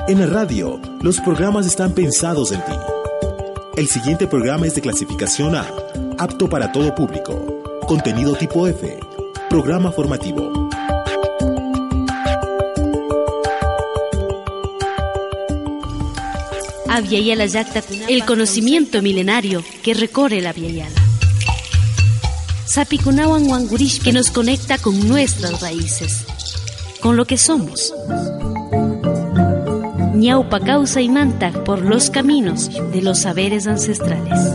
En la radio, los programas están pensados en ti. El siguiente programa es de clasificación A, apto para todo público. Contenido tipo F, programa formativo. Aviala Yacta, el conocimiento milenario que recorre la Aviala. Sapikunawan Wangurish, que nos conecta con nuestras raíces, con lo que somos. Ñaupa causa y manta por los caminos de los saberes ancestrales.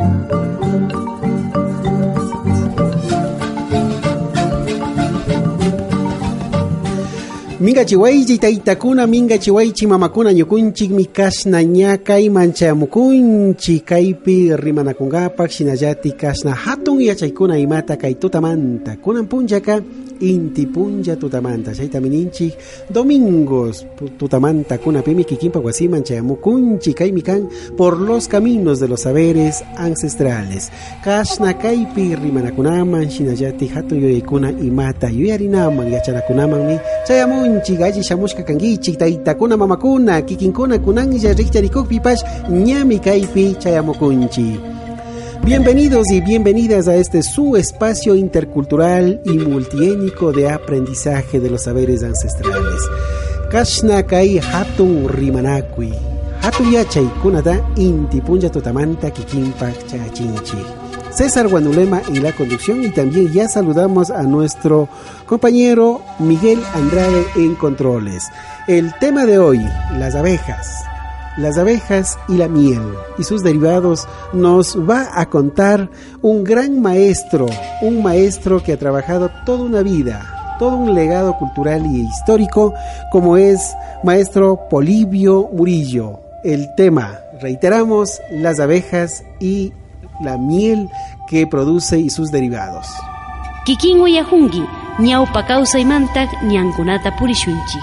Minga chihuaychi taitakuna, minga chihuaychi mamakuna ñukunchik mikashna ñakay manchamukunchi kaypi rimanakungapak shinallati kashna hatun yachaykuna imata kay tutamanta kunan punchaka inti puncha tutamanta chayta mininchik domingos tutamanta kunapimi kikinpa wasiman chayamukunchi kaymi kan por los caminos de los saberes ancestrales kashna kaypi rimanakunaman shinallati hatun yuyaykuna imata yuyarinaman yachanakunamanmi chayamunchik alli shamushka kankichik taytakuna mamakuna kikinkuna kunanlla rikcharikukpipash ñami kaypi chayamukunchi. Bienvenidos y bienvenidas a este su espacio intercultural y multiétnico de aprendizaje de los saberes ancestrales. Kashna kai hatun rimanakui, hatun yachay kunata inti punja totamanta kikimpak chachinchi. César Guanulema en la conducción y también ya saludamos a nuestro compañero Miguel Andrade en controles. El tema de hoy, las abejas y la miel y sus derivados, nos va a contar un gran maestro, un maestro que ha trabajado toda una vida, todo un legado cultural y histórico, como es maestro Polibio Murillo. El tema, reiteramos, las abejas y la miel que produce y sus derivados. Kikin Uyahungi, ñaupa causa y mantak ñankunata purishunchi.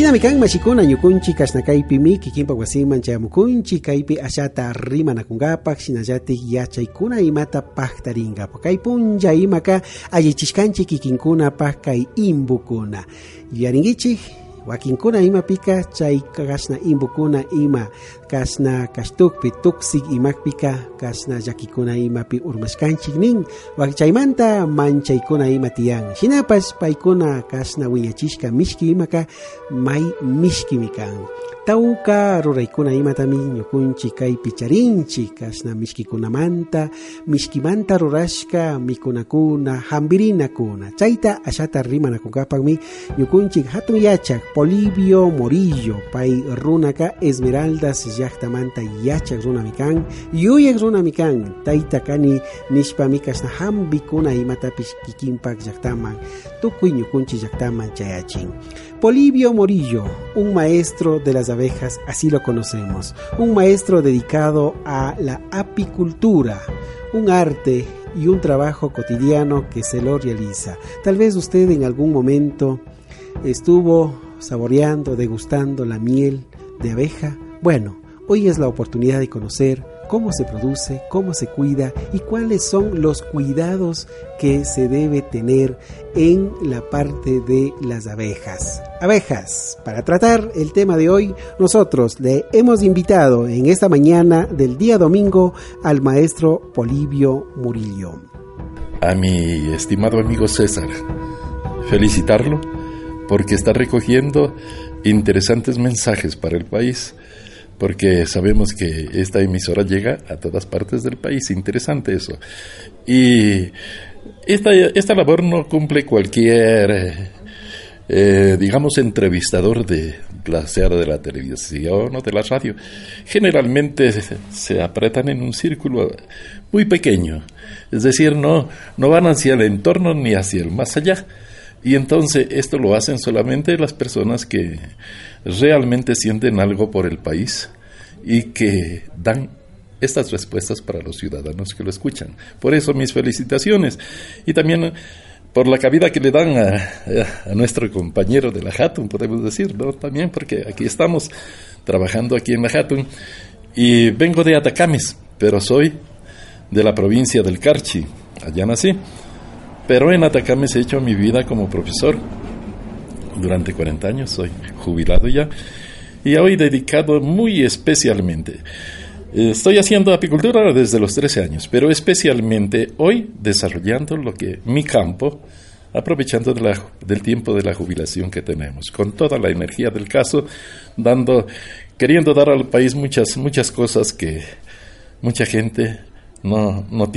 Hinamikan mashikuna ñukunchik kashnakaypimi kikinpa wasiman chayamukunchik kaypi ashata rimanakunkapak shinallatik yachaykuna imata paktarinkapak kay punlla imaka allichishkanchik kikinkunapaq kay imbukuna yuyarinkichik wakinkuna imapika chay kashna imbukuna ima kashna kashtukpi tuksik imakpika kashna llakikuna imapi urmashkanchik nin chaymanta manchaykuna ima tiyan shinapash paykuna kashna wiñachishka mishki imaka may mishkimi kan tawka ruraykuna imatami ñukunchik kaypi charinchik kashna mishkimanta rurashka mikunakuna hambirinakuna chayta ashata rimanakunkapakmi ñukunchik hatun yachak Polibio Morillo pay runaka Esmeraldas llaqtamanta yachak runami kan yuyak runami kan tayta kani nishpami kashna hambikuna imatapish kikinpak llaqtaman tukuy ñukunchik llaqtaman chayachin. Polibio Morillo, un maestro de las abejas, así lo conocemos, un maestro dedicado a la apicultura, un arte y un trabajo cotidiano que se lo realiza. Tal vez usted en algún momento estuvo saboreando, degustando la miel de abeja. Bueno, hoy es la oportunidad de conocer cómo se produce, cómo se cuida y cuáles son los cuidados que se debe tener en la parte de las abejas. Abejas. Para tratar el tema de hoy, nosotros le hemos invitado en esta mañana del día domingo al maestro Polibio Morillo. A mi estimado amigo César, felicitarlo porque está recogiendo interesantes mensajes para el país, porque sabemos que esta emisora llega a todas partes del país. Interesante eso. Y esta labor no cumple cualquier, digamos, entrevistador sea de la televisión o de la radio. Generalmente se apretan en un círculo muy pequeño. Es decir, no van hacia el entorno ni hacia el más allá. Y entonces esto lo hacen solamente las personas que realmente sienten algo por el país y que dan estas respuestas para los ciudadanos que lo escuchan. Por eso mis felicitaciones y también por la cabida que le dan a nuestro compañero de la Hatun, podemos decir, ¿no? También porque aquí estamos trabajando aquí en la Hatun y vengo de Atacames, pero soy de la provincia del Carchi, allá nací. Pero en Atacames he hecho mi vida como profesor durante 40 años, soy jubilado ya, y hoy dedicado muy especialmente. Estoy haciendo apicultura desde los 13 años, pero especialmente hoy desarrollando mi campo, aprovechando del tiempo de la jubilación que tenemos, con toda la energía del caso, queriendo dar al país muchas cosas que mucha gente no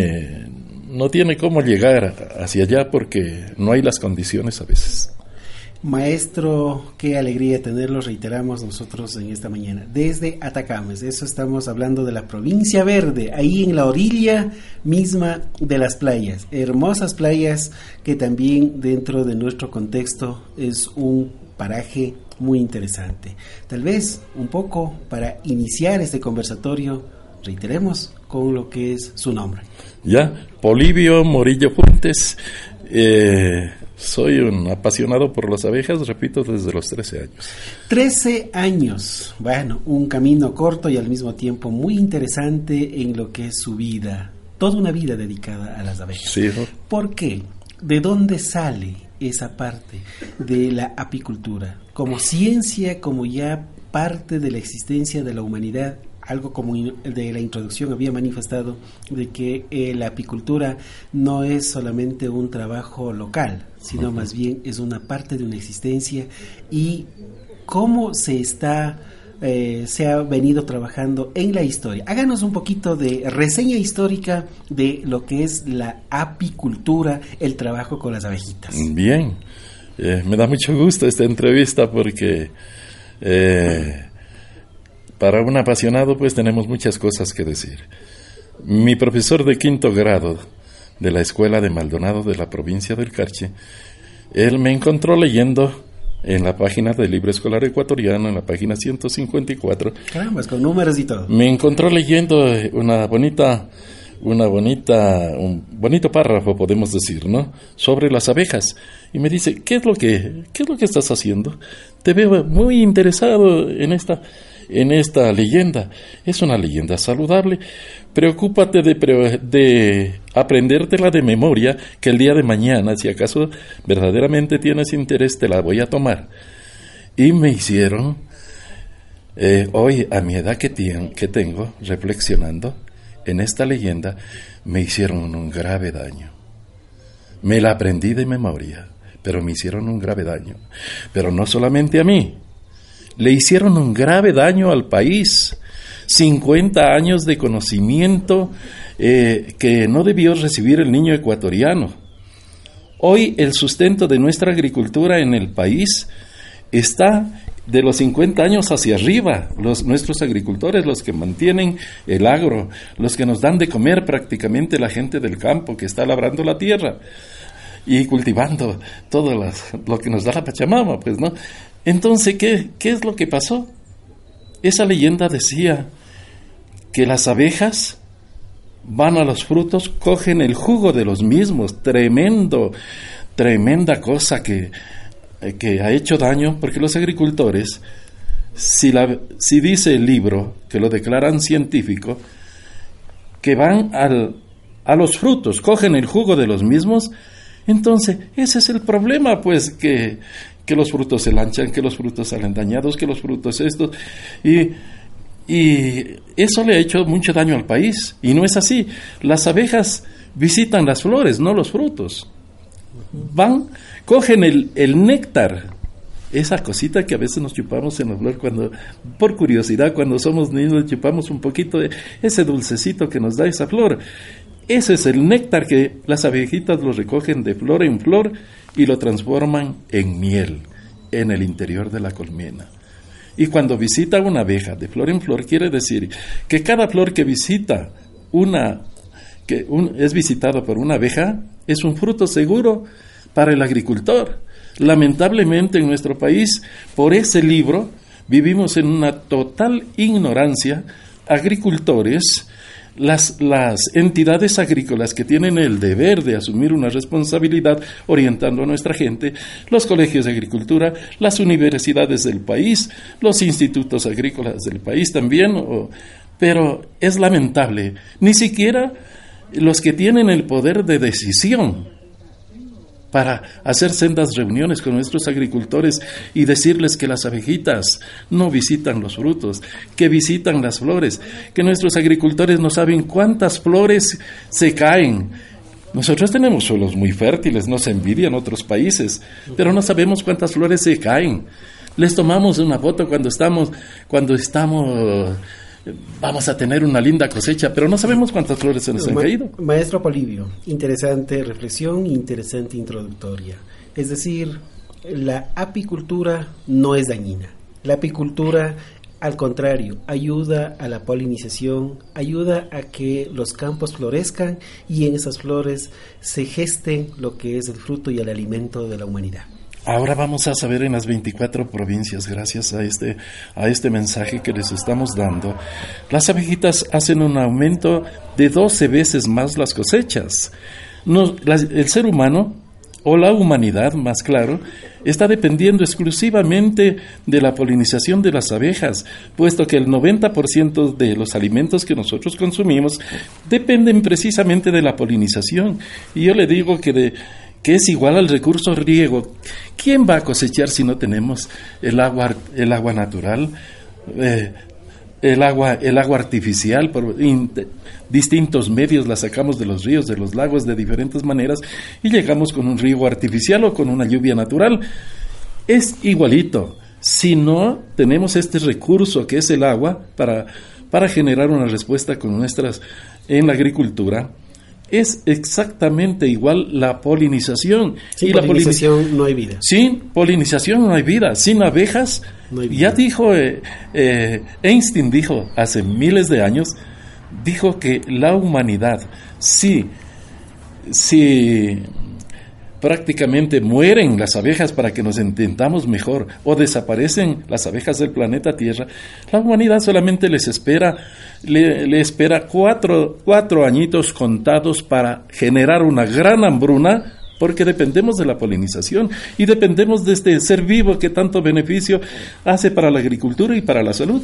tiene cómo llegar hacia allá porque no hay las condiciones a veces. Maestro, qué alegría tenerlo, reiteramos nosotros en esta mañana, desde Atacames. Eso estamos hablando de la provincia verde, ahí en la orilla misma de las playas, hermosas playas que también dentro de nuestro contexto es un paraje muy interesante. Tal vez un poco para iniciar este conversatorio, reiteremos con lo que es su nombre. Ya, Polibio Morillo Fuentes. Soy un apasionado por las abejas, repito, desde los 13 años. 13 años, bueno, un camino corto y al mismo tiempo muy interesante en lo que es su vida, toda una vida dedicada a las abejas. Sí, ¿no? ¿Por qué? ¿De dónde sale esa parte de la apicultura? Como ciencia, como ya parte de la existencia de la humanidad. Algo como de la introducción había manifestado de que la apicultura no es solamente un trabajo local, sino más bien es una parte de una existencia y cómo se ha venido trabajando en la historia. Háganos un poquito de reseña histórica de lo que es la apicultura, el trabajo con las abejitas. Bien, me da mucho gusto esta entrevista porque para un apasionado pues tenemos muchas cosas que decir. Mi profesor de 5º grado de la escuela de Maldonado de la provincia del Carchi, él me encontró leyendo en la página del libro escolar ecuatoriano, en la página 154. Caramba, con números y todo. Me encontró leyendo una bonita un bonito párrafo, podemos decir, ¿no?, sobre las abejas. Y me dice, ¿qué es lo que estás haciendo? Te veo muy interesado en esta leyenda. Es una leyenda saludable. Preocúpate de aprendértela de memoria, que el día de mañana, si acaso verdaderamente tienes interés, te la voy a tomar. Y me hicieron, hoy a mi edad que tengo, reflexionando en esta leyenda, me hicieron un grave daño. Me la aprendí de memoria, pero me hicieron un grave daño. Pero no solamente a mí, le hicieron un grave daño al país. 50 años de conocimiento que no debió recibir el niño ecuatoriano. Hoy el sustento de nuestra agricultura en el país está de los 50 años hacia arriba. Nuestros agricultores, los que mantienen el agro, los que nos dan de comer prácticamente la gente del campo que está labrando la tierra y cultivando todo lo que nos da la Pachamama, pues, ¿no? Entonces, ¿qué es lo que pasó? Esa leyenda decía que las abejas van a los frutos, cogen el jugo de los mismos. Tremenda cosa que ha hecho daño, porque los agricultores, si dice el libro, que lo declaran científico, que van a los frutos, cogen el jugo de los mismos, entonces ese es el problema, pues, que los frutos se lanchan, que los frutos salen dañados, que los frutos estos, y eso le ha hecho mucho daño al país, y no es así. Las abejas visitan las flores, no los frutos. Cogen el néctar, esa cosita que a veces nos chupamos en la flor por curiosidad, cuando somos niños chupamos un poquito de ese dulcecito que nos da esa flor. Ese es el néctar que las abejitas lo recogen de flor en flor y lo transforman en miel en el interior de la colmena. Y cuando visita una abeja de flor en flor, quiere decir que cada flor que visita es visitada por una abeja, es un fruto seguro para el agricultor. Lamentablemente en nuestro país, por ese libro, vivimos en una total ignorancia. Agricultores, las entidades agrícolas que tienen el deber de asumir una responsabilidad orientando a nuestra gente, los colegios de agricultura, las universidades del país, los institutos agrícolas del país también, pero es lamentable, ni siquiera los que tienen el poder de decisión para hacer sendas reuniones con nuestros agricultores y decirles que las abejitas no visitan los frutos, que visitan las flores, que nuestros agricultores no saben cuántas flores se caen. Nosotros tenemos suelos muy fértiles, nos envidian otros países, pero no sabemos cuántas flores se caen. Les tomamos una foto cuando estamos vamos a tener una linda cosecha, pero no sabemos cuántas flores se nos han caído. Maestro Polibio, interesante reflexión, interesante introductoria. Es decir, la apicultura no es dañina. La apicultura, al contrario, ayuda a la polinización, ayuda a que los campos florezcan y en esas flores se geste lo que es el fruto y el alimento de la humanidad. Ahora vamos a saber en las 24 provincias, gracias a este mensaje que les estamos dando, las abejitas hacen un aumento de 12 veces más las cosechas. El ser humano, o la humanidad, más claro, está dependiendo exclusivamente de la polinización de las abejas, puesto que el 90% de los alimentos que nosotros consumimos dependen precisamente de la polinización. Y yo le digo que es igual al recurso riego. ¿Quién va a cosechar si no tenemos el agua natural, el agua artificial? Por distintos medios la sacamos de los ríos, de los lagos, de diferentes maneras, y llegamos con un riego artificial o con una lluvia natural. Es igualito. Si no tenemos este recurso que es el agua para generar una respuesta en la agricultura, es exactamente igual la polinización. Sin polinización no hay vida. Sin polinización no hay vida. Sin abejas, no hay vida. Ya dijo, Einstein dijo hace miles de años, dijo que la humanidad, si prácticamente mueren las abejas para que nos entendamos mejor, o desaparecen las abejas del planeta Tierra, la humanidad solamente le espera cuatro añitos contados para generar una gran hambruna, porque dependemos de la polinización y dependemos de este ser vivo que tanto beneficio hace para la agricultura y para la salud.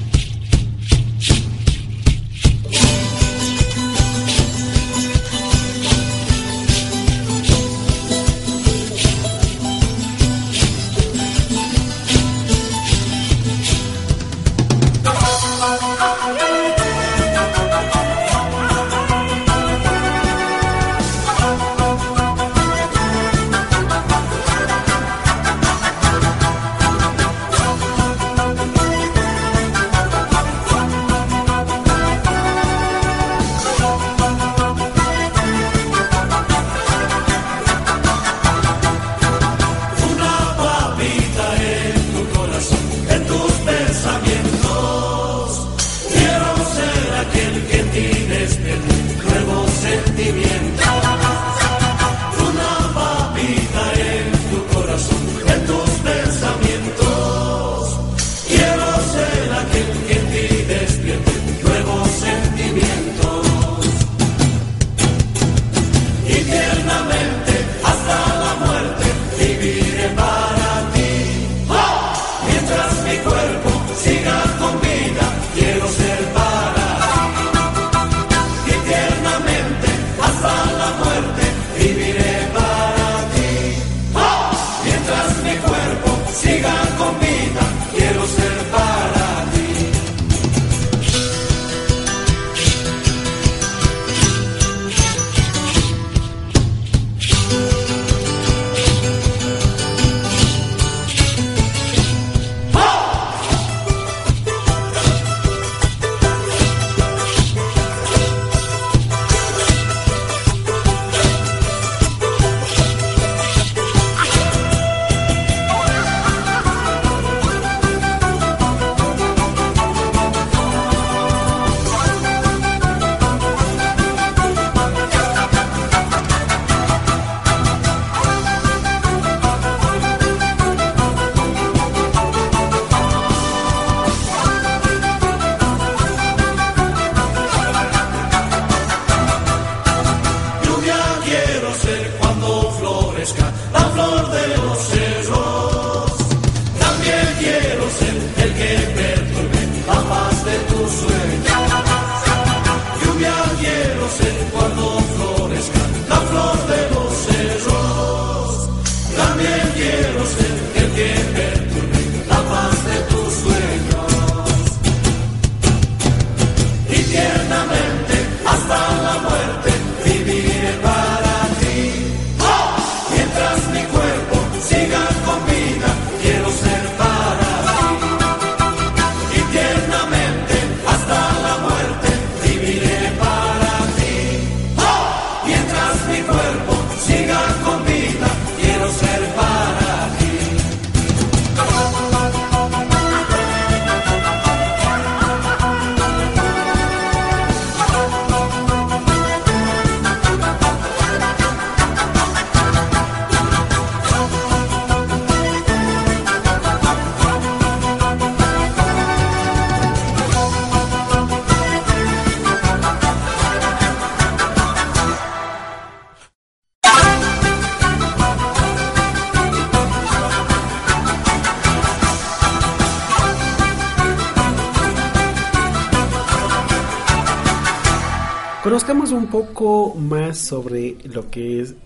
Conozcamos un poco más sobre lo que es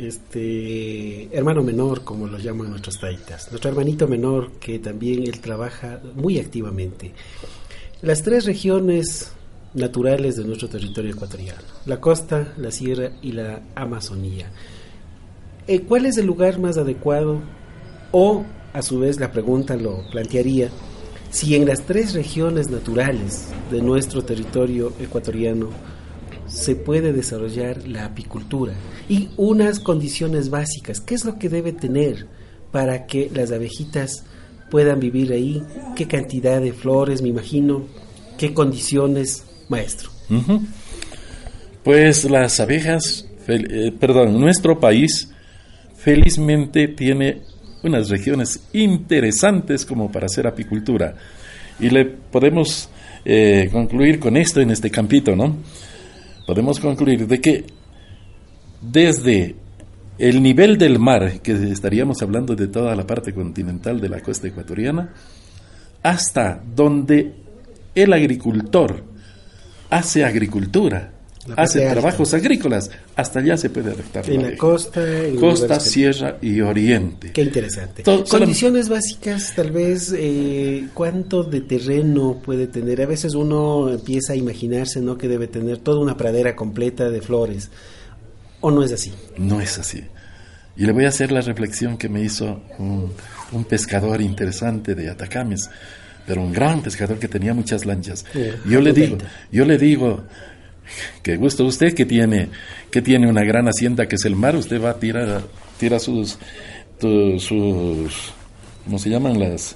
este hermano menor, como lo llaman nuestros taitas. Nuestro hermanito menor, que también él trabaja muy activamente. Las tres regiones naturales de nuestro territorio ecuatoriano: la costa, la sierra y la Amazonía. ¿Cuál es el lugar más adecuado? O, a su vez, la pregunta lo plantearía: si en las tres regiones naturales de nuestro territorio ecuatoriano se puede desarrollar la apicultura y unas condiciones básicas, ¿qué es lo que debe tener para que las abejitas puedan vivir ahí? ¿Qué cantidad de flores, me imagino? ¿Qué condiciones, maestro? Pues las abejas, nuestro país, felizmente tiene unas regiones interesantes como para hacer apicultura. Y le podemos concluir con esto en este campito, ¿no? Podemos concluir de que desde el nivel del mar, que estaríamos hablando de toda la parte continental de la costa ecuatoriana, hasta donde el agricultor hace agricultura, hace trabajos agrícolas, hasta allá se puede adaptar. En la costa, costa, sierra y oriente. Qué interesante. Condiciones básicas, tal vez, ¿cuánto de terreno puede tener? A veces uno empieza a imaginarse, ¿no?, que debe tener toda una pradera completa de flores, ¿o no es así? No es así. Y le voy a hacer la reflexión que me hizo un pescador interesante de Atacames, pero un gran pescador que tenía muchas lanchas. Yo le digo, qué gusto usted que tiene una gran hacienda que es el mar. Usted va a tira sus ¿cómo se llaman? Las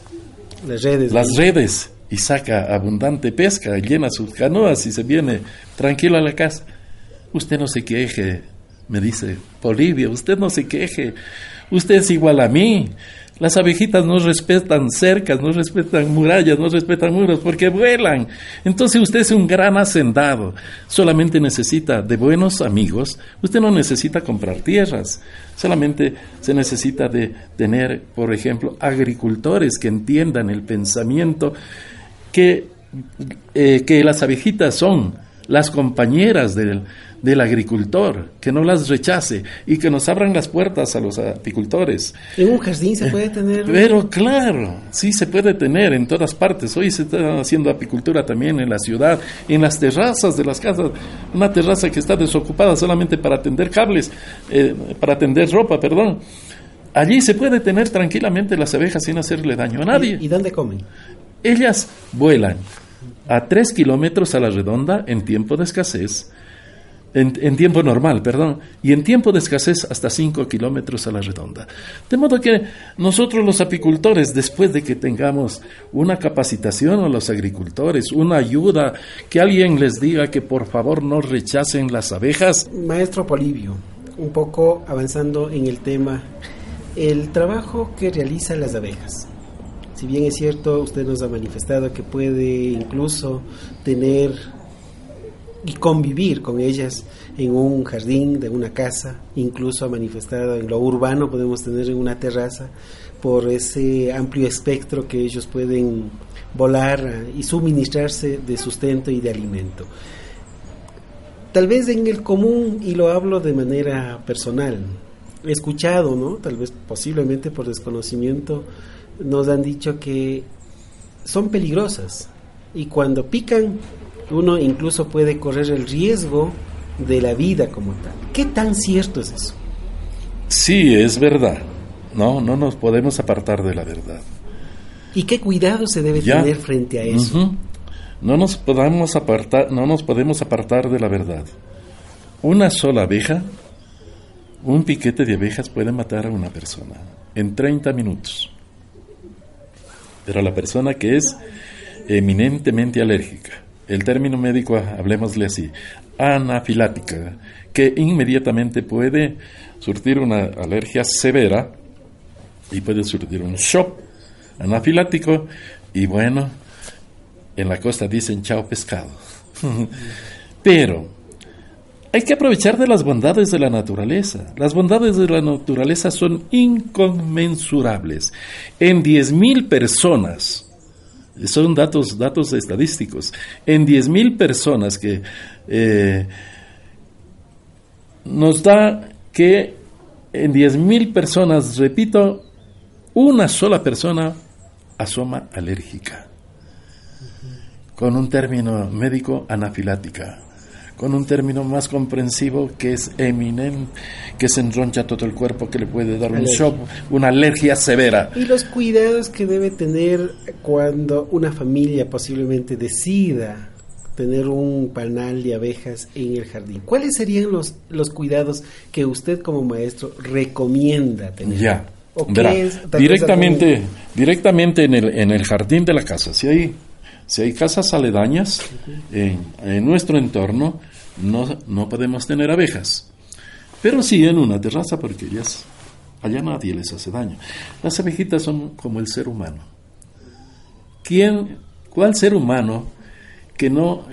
redes, y saca abundante pesca, llena sus canoas y se viene tranquilo a la casa. Usted no se queje, me dice Polibio, usted no se queje, usted es igual a mí. Las abejitas no respetan cercas, no respetan murallas, no respetan muros, porque vuelan. Entonces usted es un gran hacendado, solamente necesita de buenos amigos. Usted no necesita comprar tierras, solamente se necesita de tener, por ejemplo, agricultores que entiendan el pensamiento que las abejitas son las compañeras del agricultor, que no las rechace y que nos abran las puertas a los apicultores. ¿En un jardín se puede tener? Pero claro, sí se puede tener en todas partes. Hoy se está haciendo apicultura también en la ciudad, en las terrazas de las casas. Una terraza que está desocupada solamente para tender cables, para tender ropa, perdón. Allí se puede tener tranquilamente las abejas sin hacerle daño a nadie. ¿Y dónde comen? Ellas vuelan a 3 kilómetros a la redonda en tiempo de escasez, en tiempo normal, perdón, y en tiempo de escasez hasta 5 kilómetros a la redonda. De modo que nosotros los apicultores, después de que tengamos una capacitación a los agricultores, una ayuda, que alguien les diga que por favor no rechacen las abejas. Maestro Polibio, un poco avanzando en el tema, el trabajo que realizan las abejas. Si bien es cierto, usted nos ha manifestado que puede incluso tener y convivir con ellas en un jardín de una casa, incluso ha manifestado en lo urbano podemos tener en una terraza, por ese amplio espectro que ellos pueden volar y suministrarse de sustento y de alimento. Tal vez en el común, y lo hablo de manera personal, he escuchado, ¿no?, tal vez posiblemente por desconocimiento, nos han dicho que son peligrosas y cuando pican uno incluso puede correr el riesgo de la vida como tal. ¿Qué tan cierto es eso? Sí, es verdad. No nos podemos apartar de la verdad. ¿Y qué cuidado se debe tener frente a eso? Uh-huh. No nos podemos apartar de la verdad. Una sola abeja, un piquete de abejas puede matar a una persona en 30 minutos. Pero la persona que es eminentemente alérgica, el término médico, hablemosle así, anafilática, que inmediatamente puede surtir una alergia severa y puede surtir un shock anafilático, y bueno, en la costa dicen chao pescado. Pero hay que aprovechar de las bondades de la naturaleza. Las bondades de la naturaleza son inconmensurables. En 10,000 personas, son datos estadísticos, en 10,000 personas que nos da que en 10,000 personas, repito, una sola persona asoma alérgica, con un término médico anafilática, con un término más comprensivo que es eminente, que se enroncha todo el cuerpo, que le puede dar un shock, una alergia severa. Y los cuidados que debe tener cuando una familia posiblemente decida tener un panal de abejas en el jardín. ¿Cuáles serían los cuidados que usted como maestro recomienda tener? Ya, verá, directamente en el jardín de la casa, si hay casas aledañas, en nuestro entorno no podemos tener abejas, pero sí en una terraza, porque ellas allá nadie les hace daño. Las abejitas son como el ser humano. ¿Cuál ser humano que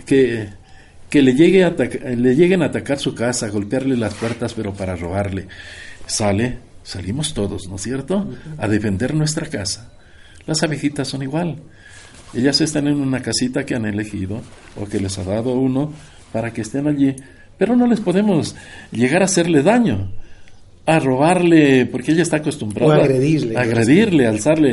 le lleguen a atacar su casa, a golpearle las puertas, pero para robarle? Salimos todos, ¿no es cierto?, a defender nuestra casa. Las abejitas son igual. Ellas están en una casita que han elegido o que les ha dado uno para que estén allí, pero no les podemos llegar a hacerle daño, a robarle, porque ella está acostumbrada a agredirle,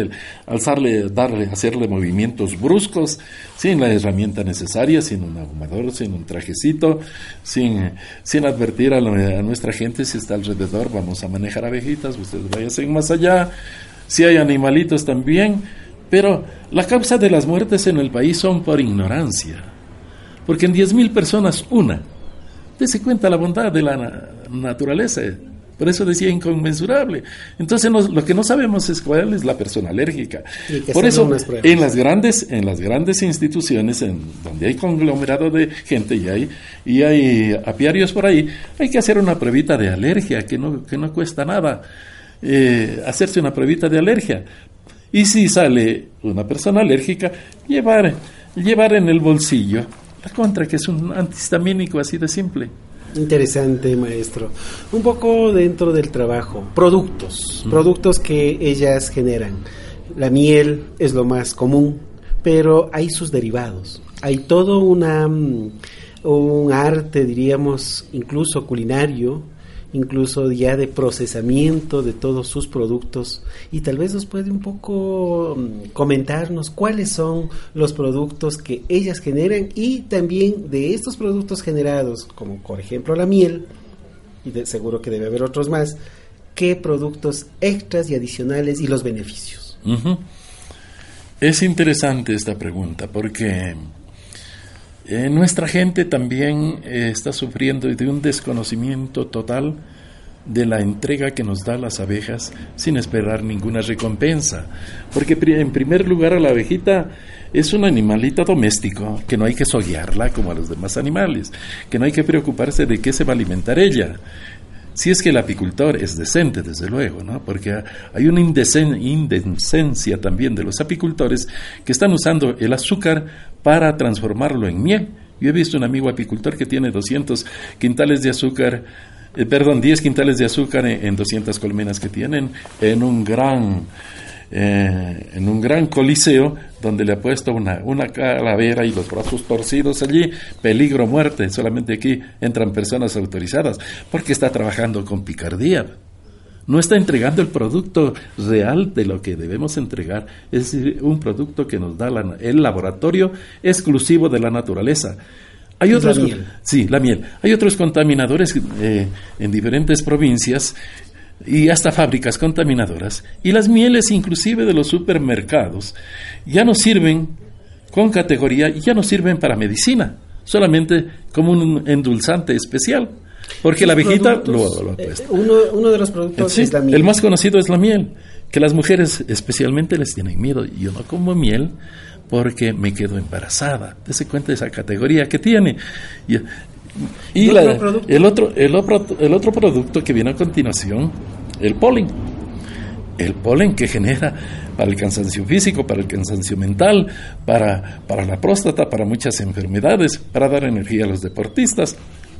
hacerle movimientos bruscos, sin la herramienta necesaria, sin un ahumador, sin un trajecito, sin advertir a nuestra gente si está alrededor, vamos a manejar abejitas, ustedes vayan más allá, si hay animalitos también, pero la causa de las muertes en el país son por ignorancia, porque en 10,000 personas, una, dése cuenta la bondad de la naturaleza. Por eso decía inconmensurable. Entonces lo que no sabemos es cuál es la persona alérgica. Por eso en las grandes instituciones donde hay conglomerado de gente y hay apiarios por ahí, hay que hacer una pruebita de alergia que no cuesta nada, hacerse una pruebita de alergia. Y si sale una persona alérgica, llevar en el bolsillo la contra, que es un antihistamínico así de simple. Interesante, maestro. Un poco dentro del trabajo, productos que ellas generan. La miel es lo más común, pero hay sus derivados. Hay todo un arte, diríamos, incluso culinario, incluso ya de procesamiento de todos sus productos, y tal vez nos puede un poco comentarnos cuáles son los productos que ellas generan, y también de estos productos generados, como por ejemplo la miel, y seguro que debe haber otros más, qué productos extras y adicionales y los beneficios. Uh-huh. Es interesante esta pregunta porque nuestra gente también está sufriendo de un desconocimiento total de la entrega que nos da las abejas sin esperar ninguna recompensa, porque en primer lugar a la abejita es un animalito doméstico que no hay que soguearla como a los demás animales, que no hay que preocuparse de qué se va a alimentar ella. Si es que el apicultor es decente, desde luego, ¿no? Porque hay una indecencia también de los apicultores que están usando el azúcar para transformarlo en miel. Yo he visto un amigo apicultor que tiene 10 quintales de azúcar en 200 colmenas que tienen en un gran coliseo donde le ha puesto una calavera y los brazos torcidos allí, peligro, muerte. Solamente aquí entran personas autorizadas porque está trabajando con picardía. No está entregando el producto real de lo que debemos entregar, es decir, un producto que nos da el laboratorio exclusivo de la naturaleza. Hay otros, la miel. Sí, la miel. Hay otros contaminadores en diferentes provincias y hasta fábricas contaminadoras, y las mieles inclusive de los supermercados ya no sirven con categoría, ya no sirven para medicina, solamente como un endulzante especial, porque la abejita lo ha puesto. Uno de los productos es la miel. El más conocido es la miel, que las mujeres especialmente les tienen miedo. Yo no como miel porque me quedo embarazada. Dese cuenta de esa categoría que tiene. Y el otro producto que viene a continuación, el polen. El polen que genera para el cansancio físico, para el cansancio mental, para la próstata, para muchas enfermedades, para dar energía a los deportistas.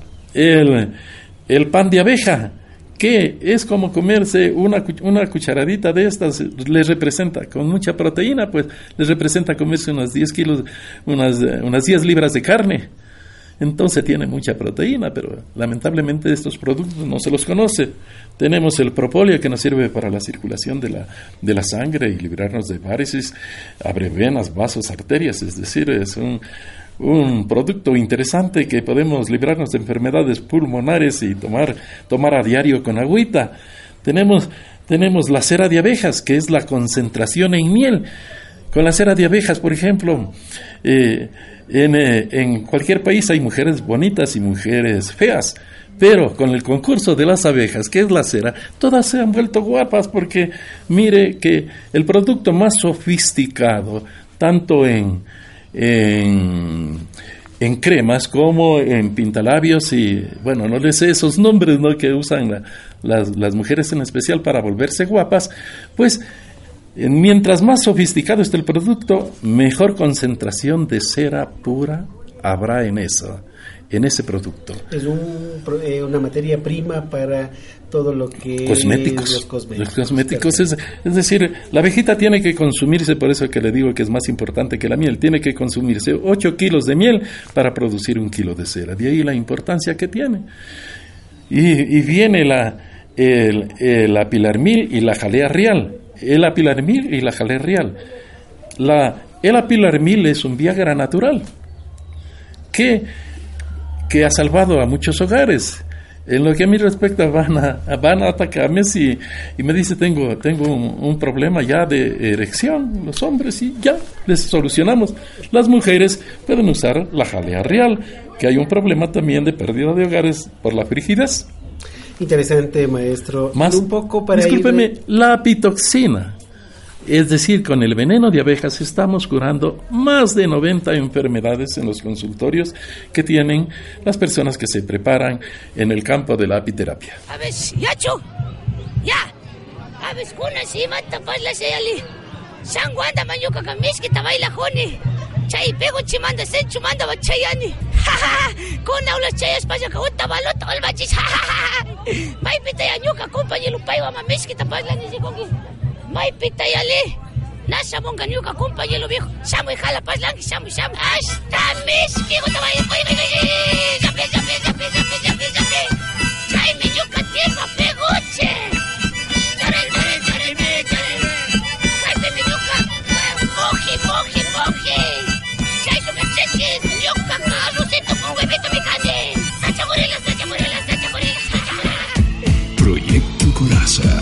El pan de abeja, que es como comerse una cucharadita de estas, les representa, con mucha proteína, pues les representa comerse unos 10 kilos, unas 10 libras de carne. Entonces tiene mucha proteína, pero lamentablemente estos productos no se los conoce. Tenemos el propóleo, que nos sirve para la circulación de la sangre y librarnos de varices, abre venas, vasos, arterias, es decir, es un producto interesante que podemos librarnos de enfermedades pulmonares y tomar a diario con agüita. Tenemos la cera de abejas, que es la concentración en miel. Con la cera de abejas, por ejemplo, en cualquier país hay mujeres bonitas y mujeres feas, pero con el concurso de las abejas, que es la cera, todas se han vuelto guapas, porque mire que el producto más sofisticado, tanto en cremas como en pintalabios, y bueno, no les sé esos nombres, ¿no?, que usan las mujeres en especial, para volverse guapas, pues mientras más sofisticado esté el producto, mejor concentración de cera pura habrá en ese producto. Es una materia prima para todo lo que cosméticos. Los cosméticos, es decir, la abejita tiene que consumirse, por eso que le digo que es más importante que la miel, tiene que consumirse 8 kilos de miel para producir 1 kilo de cera. De ahí la importancia que tiene. Y viene el apilarmil y la jalea real. El apilarmil y la jalea real. El apilarmil es un Viagra natural que ha salvado a muchos hogares. En lo que a mí respecta, van a atacarme y me dice, tengo un problema ya de erección, los hombres, y ya les solucionamos. Las mujeres pueden usar la jalea real, que hay un problema también de pérdida de hogares por la frigidez. Interesante, maestro. Más, un poco para discúlpeme, la apitoxina. Es decir, con el veneno de abejas estamos curando más de 90 enfermedades en los consultorios que tienen las personas que se preparan en el campo de la apiterapia. A ver, yacho, ya. A ver, kuna si mata pas la seali. Sangwanda manyuka kamiski tabaila joni. Chay pego chimanda sen chumanda bachayani. Kuna ulas chayas paya ka uta balota albachis. Mai pita yanyuka compañero paiwa mamiski tabala ni sikoki. Mai pita yale. Nasa mong kanyuka compañero viejo. Samu jala pas langi samu. Hasta miski utabaya paiwa. Jape. Chay minyuka tiempo peguche. Proyecto Coraza.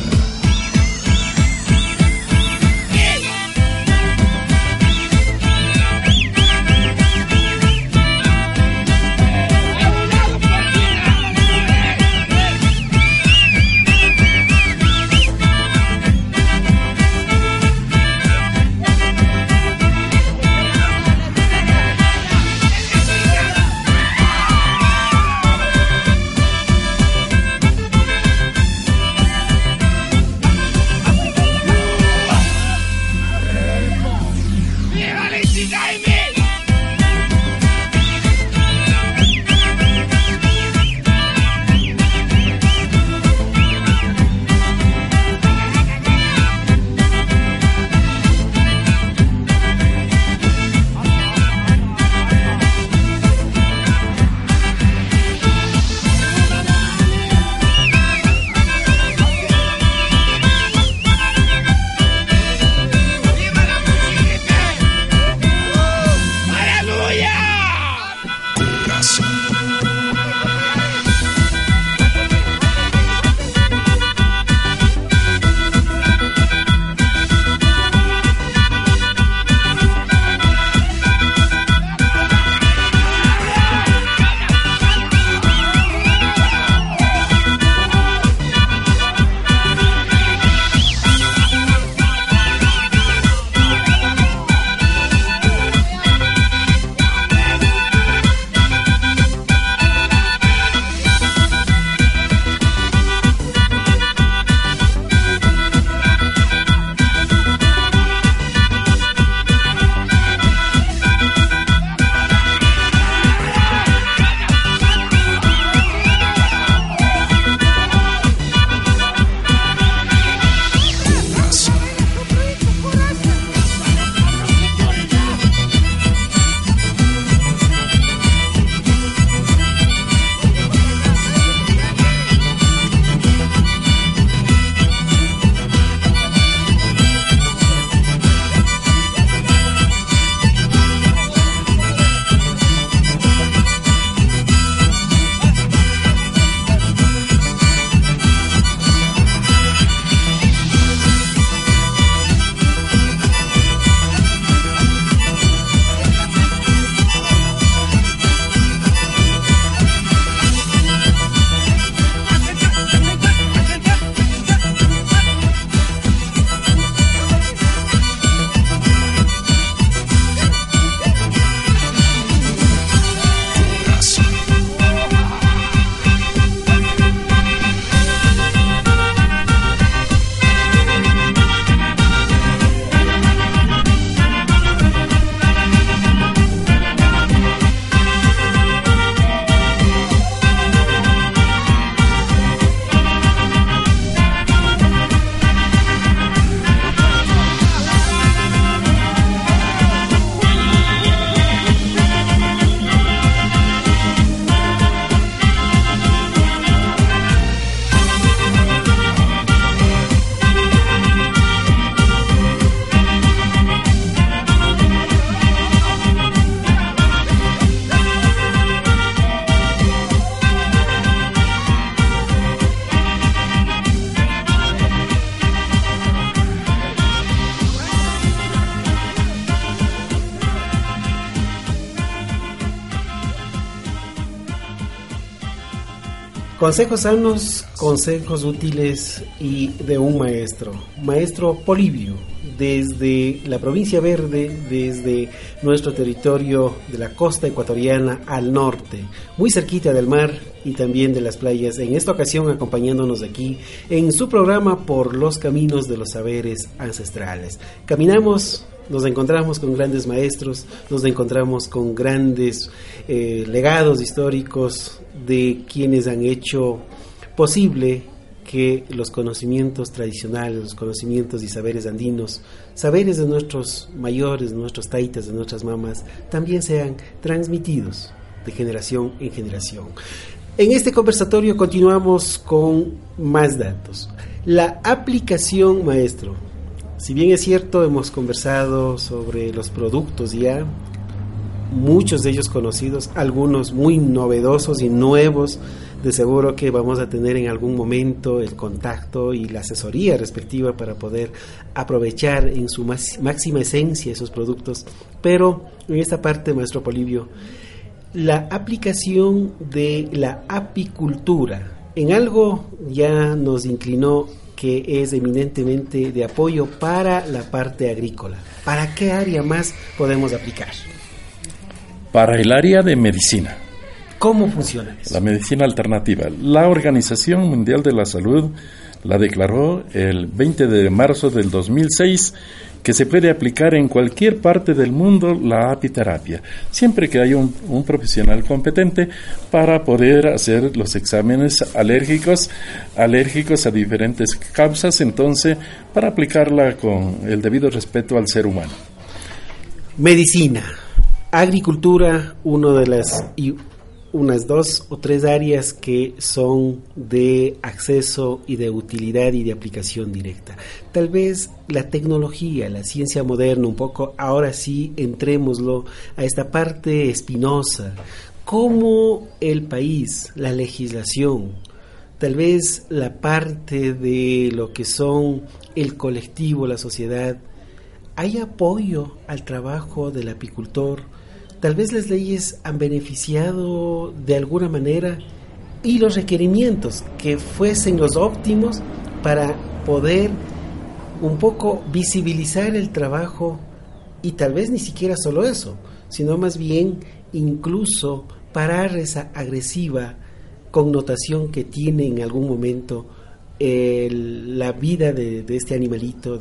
Consejos sanos, consejos útiles y de un maestro. Maestro Polibio, desde la provincia verde, desde nuestro territorio de la costa ecuatoriana al norte, muy cerquita del mar y también de las playas. En esta ocasión acompañándonos aquí en su programa Por los Caminos de los Saberes Ancestrales. Caminamos, nos encontramos con grandes maestros, nos encontramos con grandes legados históricos de quienes han hecho posible que los conocimientos tradicionales, los conocimientos y saberes andinos, saberes de nuestros mayores, de nuestros taitas, de nuestras mamás, también sean transmitidos de generación en generación. En este conversatorio continuamos con más datos. La aplicación, maestro. Si bien es cierto, hemos conversado sobre los productos ya, muchos de ellos conocidos, algunos muy novedosos y nuevos. De seguro que vamos a tener en algún momento el contacto y la asesoría respectiva para poder aprovechar en su máxima esencia esos productos. Pero en esta parte, maestro Polibio, la aplicación de la apicultura en algo ya nos inclinó que es eminentemente de apoyo para la parte agrícola. ¿Para qué área más podemos aplicar? Para el área de medicina. ¿Cómo funciona eso? La medicina alternativa. La Organización Mundial de la Salud la declaró el 20 de marzo del 2006 que se puede aplicar en cualquier parte del mundo la apiterapia, siempre que haya un profesional competente para poder hacer los exámenes alérgicos a diferentes causas, entonces, para aplicarla con el debido respeto al ser humano. Medicina, agricultura, unas 2 o 3 áreas que son de acceso y de utilidad y de aplicación directa. Tal vez la tecnología, la ciencia moderna, un poco, ahora sí entrémoslo a esta parte espinosa. ¿Cómo el país, la legislación, tal vez la parte de lo que son el colectivo, la sociedad, hay apoyo al trabajo del apicultor? Tal vez las leyes han beneficiado de alguna manera y los requerimientos que fuesen los óptimos para poder un poco visibilizar el trabajo, y tal vez ni siquiera solo eso, sino más bien incluso parar esa agresiva connotación que tiene en algún momento la vida de este animalito,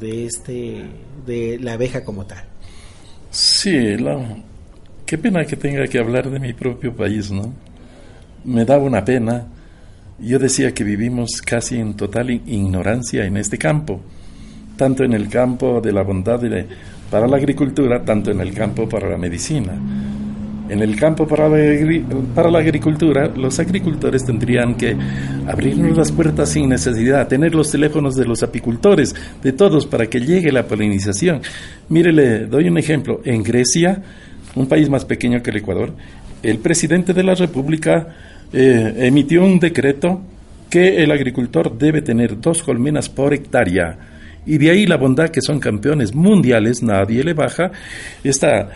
de la abeja como tal. Sí, qué pena que tenga que hablar de mi propio país, ¿no? Me da una pena. Yo decía que vivimos casi en total ignorancia en este campo, tanto en el campo de la bondad para la agricultura, tanto en el campo para la medicina. En el campo para la agricultura, los agricultores tendrían que abrirnos las puertas sin necesidad, tener los teléfonos de los apicultores, de todos, para que llegue la polinización. Mire, le doy un ejemplo. En Grecia, un país más pequeño que el Ecuador, el presidente de la República emitió un decreto que el agricultor debe tener 2 colmenas por hectárea, y de ahí la bondad que son campeones mundiales, nadie le baja esta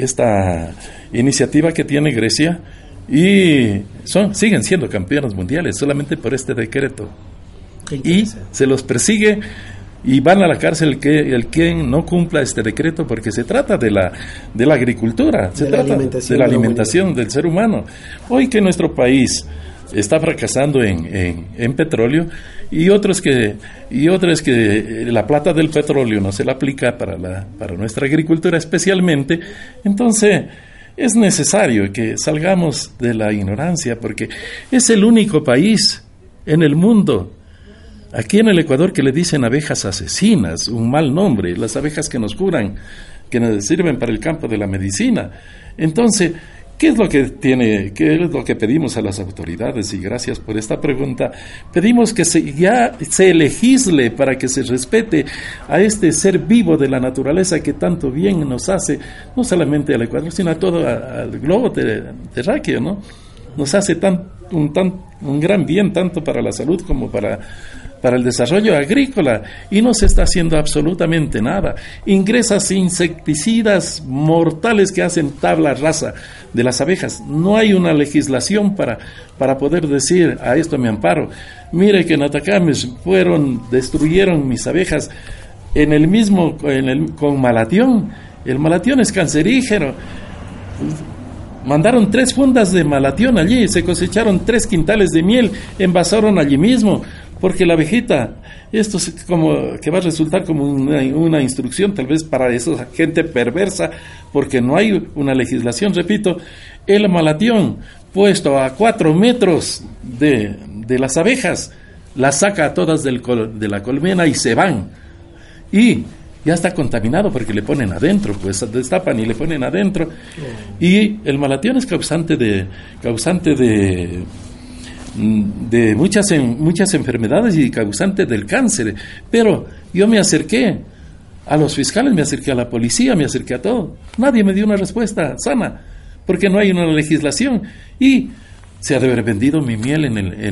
iniciativa que tiene Grecia, y siguen siendo campeones mundiales solamente por este decreto, y se los persigue y van a la cárcel el que no cumpla este decreto, porque se trata de la agricultura, se trata de la alimentación del ser humano. Hoy que nuestro país está fracasando en petróleo, y otros que la plata del petróleo no se la aplica para nuestra agricultura especialmente, entonces es necesario que salgamos de la ignorancia, porque es el único país en el mundo, aquí en el Ecuador, que le dicen abejas asesinas, un mal nombre, las abejas que nos curan, que nos sirven para el campo de la medicina. Entonces, ¿qué es lo que pedimos a las autoridades? Y gracias por esta pregunta. Pedimos que se legisle para que se respete a este ser vivo de la naturaleza que tanto bien nos hace, no solamente al Ecuador, sino a todo al globo terráqueo, ¿no? Nos hace un gran bien tanto para la salud como para para el desarrollo agrícola y no se está haciendo absolutamente nada. Ingresas insecticidas mortales que hacen tabla rasa de las abejas. No hay una legislación para poder decir a esto me amparo. Mire que en Atacames destruyeron mis abejas con malatión. El malatión es cancerígeno. Mandaron 3 fundas de malatión allí, se cosecharon 3 quintales de miel, envasaron allí mismo, porque la abejita, esto es como que va a resultar como una instrucción tal vez para esa gente perversa, porque no hay una legislación. Repito, el malatión puesto a 4 metros de las abejas, las saca a todas de la colmena y se van. Y ya está contaminado porque le ponen adentro, pues destapan y le ponen adentro. Y el malatión es causante de muchas enfermedades y causante del cáncer. Pero yo me acerqué a los fiscales, me acerqué a la policía, me acerqué a todo. Nadie me dio una respuesta sana, porque no hay una legislación. Y se ha de haber vendido mi miel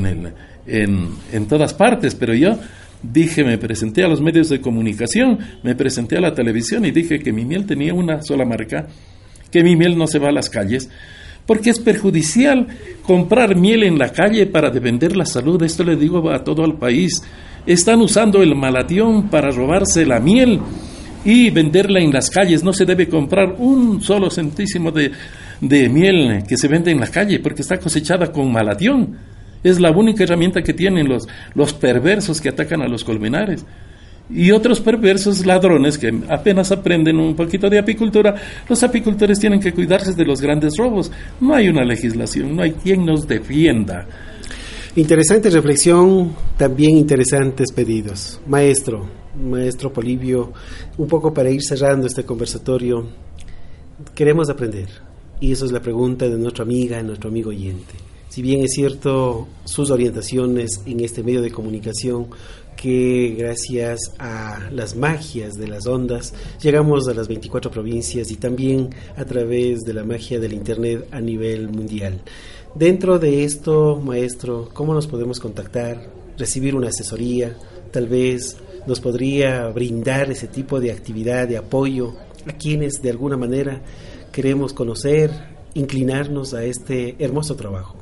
en todas partes, pero yo dije, me presenté a los medios de comunicación, me presenté a la televisión y dije que mi miel tenía una sola marca, que mi miel no se va a las calles, porque es perjudicial comprar miel en la calle para vender la salud. Esto le digo a todo el país. Están usando el malatión para robarse la miel y venderla en las calles. No se debe comprar un solo centésimo de miel que se vende en la calle, porque está cosechada con malatión. Es la única herramienta que tienen los perversos que atacan a los colmenares. Y otros perversos ladrones que apenas aprenden un poquito de apicultura. Los apicultores tienen que cuidarse de los grandes robos. No hay una legislación, no hay quien nos defienda. Interesante reflexión, también interesantes pedidos. Maestro Polibio, un poco para ir cerrando este conversatorio, queremos aprender. Y eso es la pregunta de nuestra amiga, nuestro amigo oyente. Si bien es cierto sus orientaciones en este medio de comunicación, que gracias a las magias de las ondas llegamos a las 24 provincias y también a través de la magia del Internet a nivel mundial. Dentro de esto, maestro, ¿cómo nos podemos contactar? Recibir una asesoría, tal vez nos podría brindar ese tipo de actividad, de apoyo a quienes de alguna manera queremos conocer, inclinarnos a este hermoso trabajo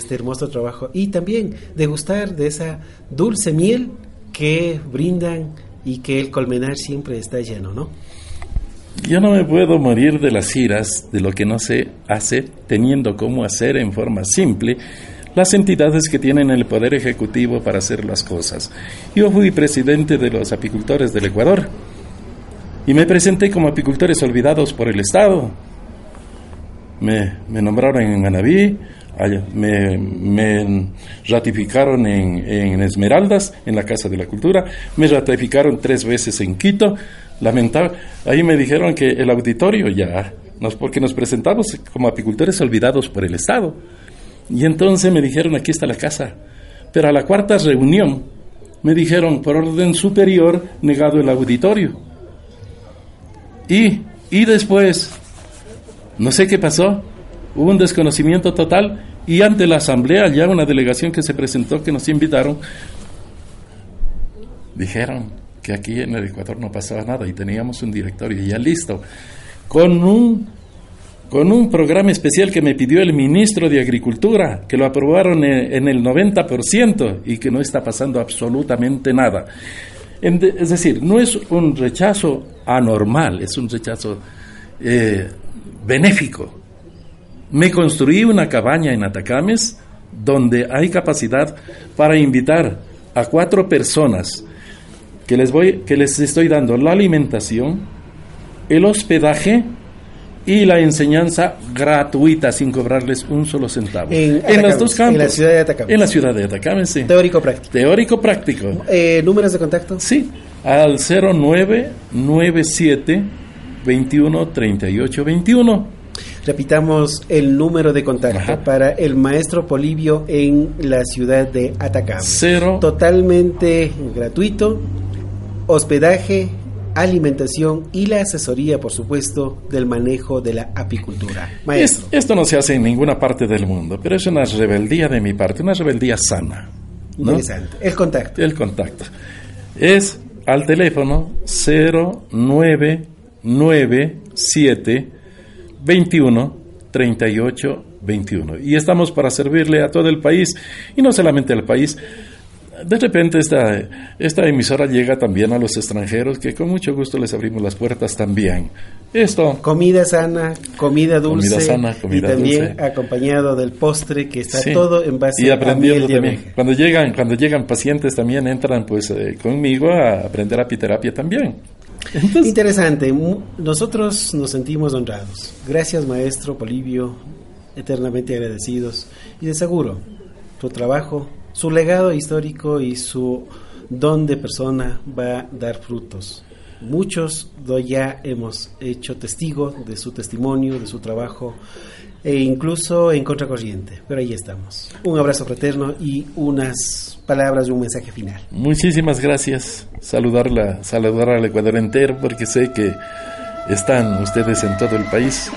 y también degustar de esa dulce miel que brindan y que el colmenar siempre está lleno, ¿no? Yo no me puedo morir de las iras de lo que no se hace, teniendo cómo hacer en forma simple las entidades que tienen el poder ejecutivo para hacer las cosas. Yo fui presidente de los apicultores del Ecuador y me presenté como apicultores olvidados por el Estado. Me nombraron en Manabí, me ratificaron en Esmeraldas, en la Casa de la Cultura, me ratificaron 3 veces en Quito. Lamentable, ahí me dijeron que el auditorio porque nos presentamos como apicultores olvidados por el Estado. Y entonces me dijeron, aquí está la casa. Pero a la 4ª reunión me dijeron, por orden superior, negado el auditorio. Y después, no sé qué pasó, hubo un desconocimiento total y ante la asamblea, ya una delegación que se presentó, que nos invitaron, dijeron que aquí en el Ecuador no pasaba nada y teníamos un directorio ya listo, con un programa especial que me pidió el ministro de Agricultura, que lo aprobaron en el 90% y que no está pasando absolutamente nada. Es decir, no es un rechazo anormal, es un rechazo benéfico. Me construí una cabaña en Atacames donde hay capacidad para invitar a 4 personas que les estoy dando la alimentación, el hospedaje y la enseñanza gratuita sin cobrarles un solo centavo. En los 2 campos. En la ciudad de Atacames. En la ciudad de Atacames, sí. Teórico-práctico. Teórico-práctico. ¿Números de contacto? Sí, al 0997 21 38 21. Repitamos el número de contacto para el maestro Polibio en la ciudad de Atacames. Totalmente gratuito, hospedaje, alimentación y la asesoría, por supuesto, del manejo de la apicultura. Maestro. Esto no se hace en ninguna parte del mundo, pero es una rebeldía de mi parte, una rebeldía sana. ¿no? Interesante. El contacto. El contacto. Es al teléfono 0997 21 38 21. Y estamos para servirle a todo el país, y no solamente al país. De repente esta emisora llega también a los extranjeros, que con mucho gusto les abrimos las puertas también. Comida sana, comida dulce, comida sana, comida y también dulce, acompañado del postre, que está sí, todo en base y aprendiendo a miel de también. Cuando llegan pacientes también entran pues conmigo a aprender apiterapia también. Entonces, interesante. Nosotros nos sentimos honrados. Gracias, maestro Polibio, eternamente agradecidos, y de seguro tu trabajo, su legado histórico y su don de persona va a dar frutos. Muchos ya hemos hecho testigo de su testimonio, de su trabajo, e incluso en contracorriente, pero ahí estamos. Un abrazo fraterno y unas palabras de un mensaje final. Muchísimas gracias. Saludar al Ecuador entero, porque sé que están ustedes en todo el país.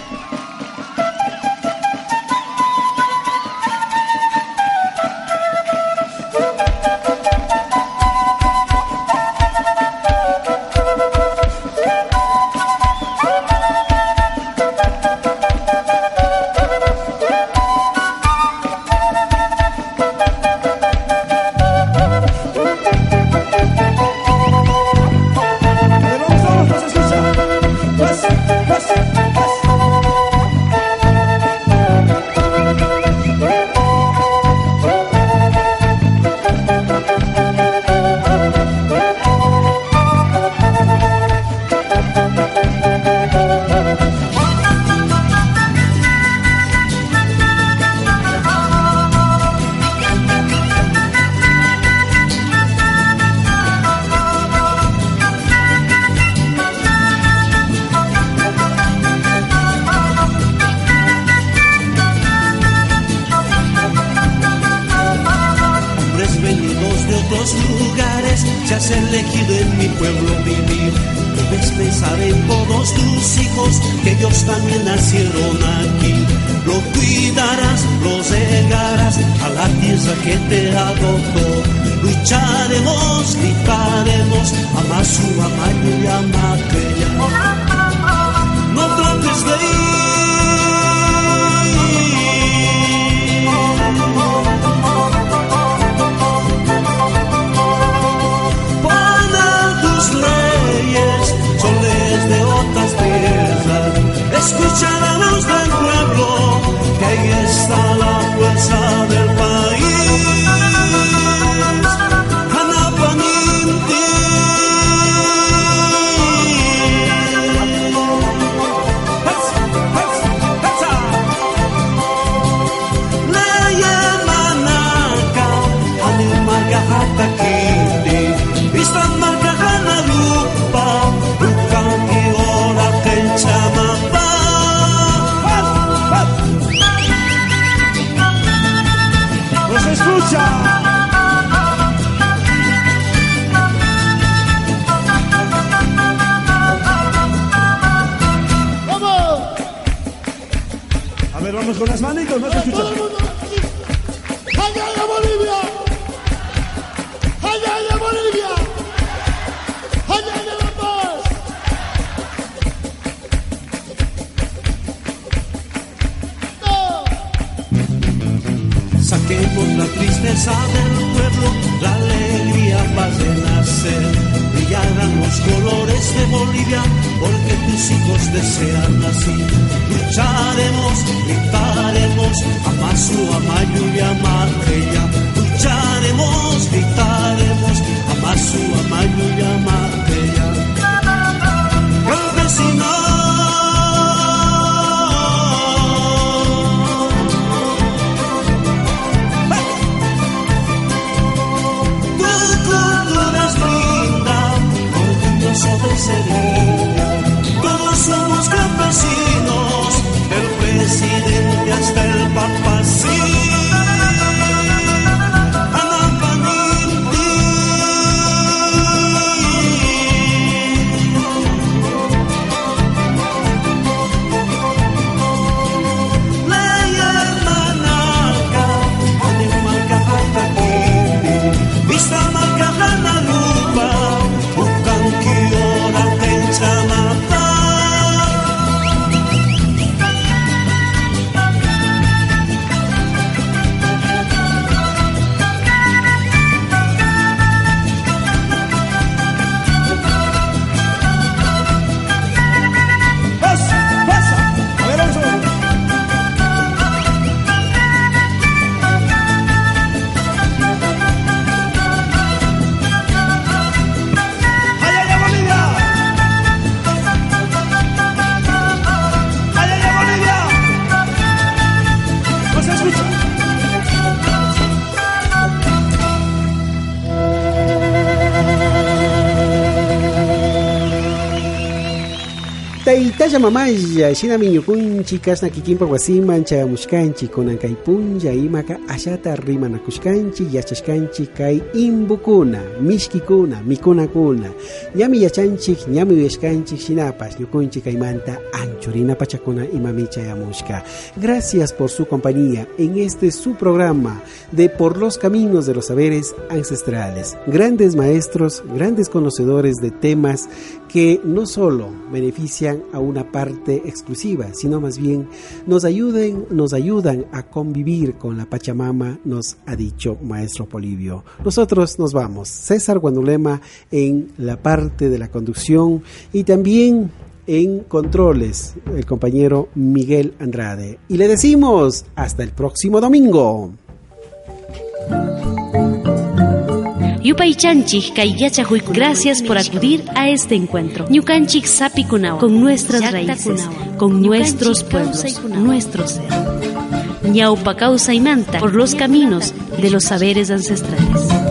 Con las manitos, no se escucha. ¡Allá Bolivia! ¡Allá Bolivia! ¡Allá La Paz! ¡No! Saquemos la tristeza del pueblo, la alegría va a renacer. Brillarán los colores de Bolivia, porque tus hijos desean así. Lucharemos, gritaremos, Amasu, Amayu y Amaqueya. Lucharemos, gritaremos, Amasu, Amayu y Amaqueya. Campesinos, tu cultura es linda, orgulloso de ser niño. Todos somos campesinos, del presidente hasta el papa, sí. Anapaninti. Taytalla mamaya, shinami ñukunchi kasna kikinpa wasiman chayamushkanchi kunan kay punlla imaka ashata rimanakushkanchi yachashkanchi kay imbukuna, mishkikuna, mikunakuna. Ñami yachanchik, ñami uyashkanchik shinapas ñukunchi kaymanta anchurina pachakuna imami chayamushka. Gracias por su compañía en este su programa de Por los Caminos de los Saberes Ancestrales. Grandes maestros, grandes conocedores de temas que no solo benefician a una parte exclusiva, sino más bien nos ayudan a convivir con la Pachamama, nos ha dicho Maestro Polibio. Nosotros nos vamos. César Guanulema en la parte de la conducción y también en controles el compañero Miguel Andrade. Y le decimos hasta el próximo domingo. Yupaychanchik kay yachajuy. Gracias por acudir a este encuentro. Ñukanchik sapikunawa, con nuestras raíces, con nuestros pueblos, nuestro ser. Ñaupa causaymanta, por los caminos de los saberes ancestrales.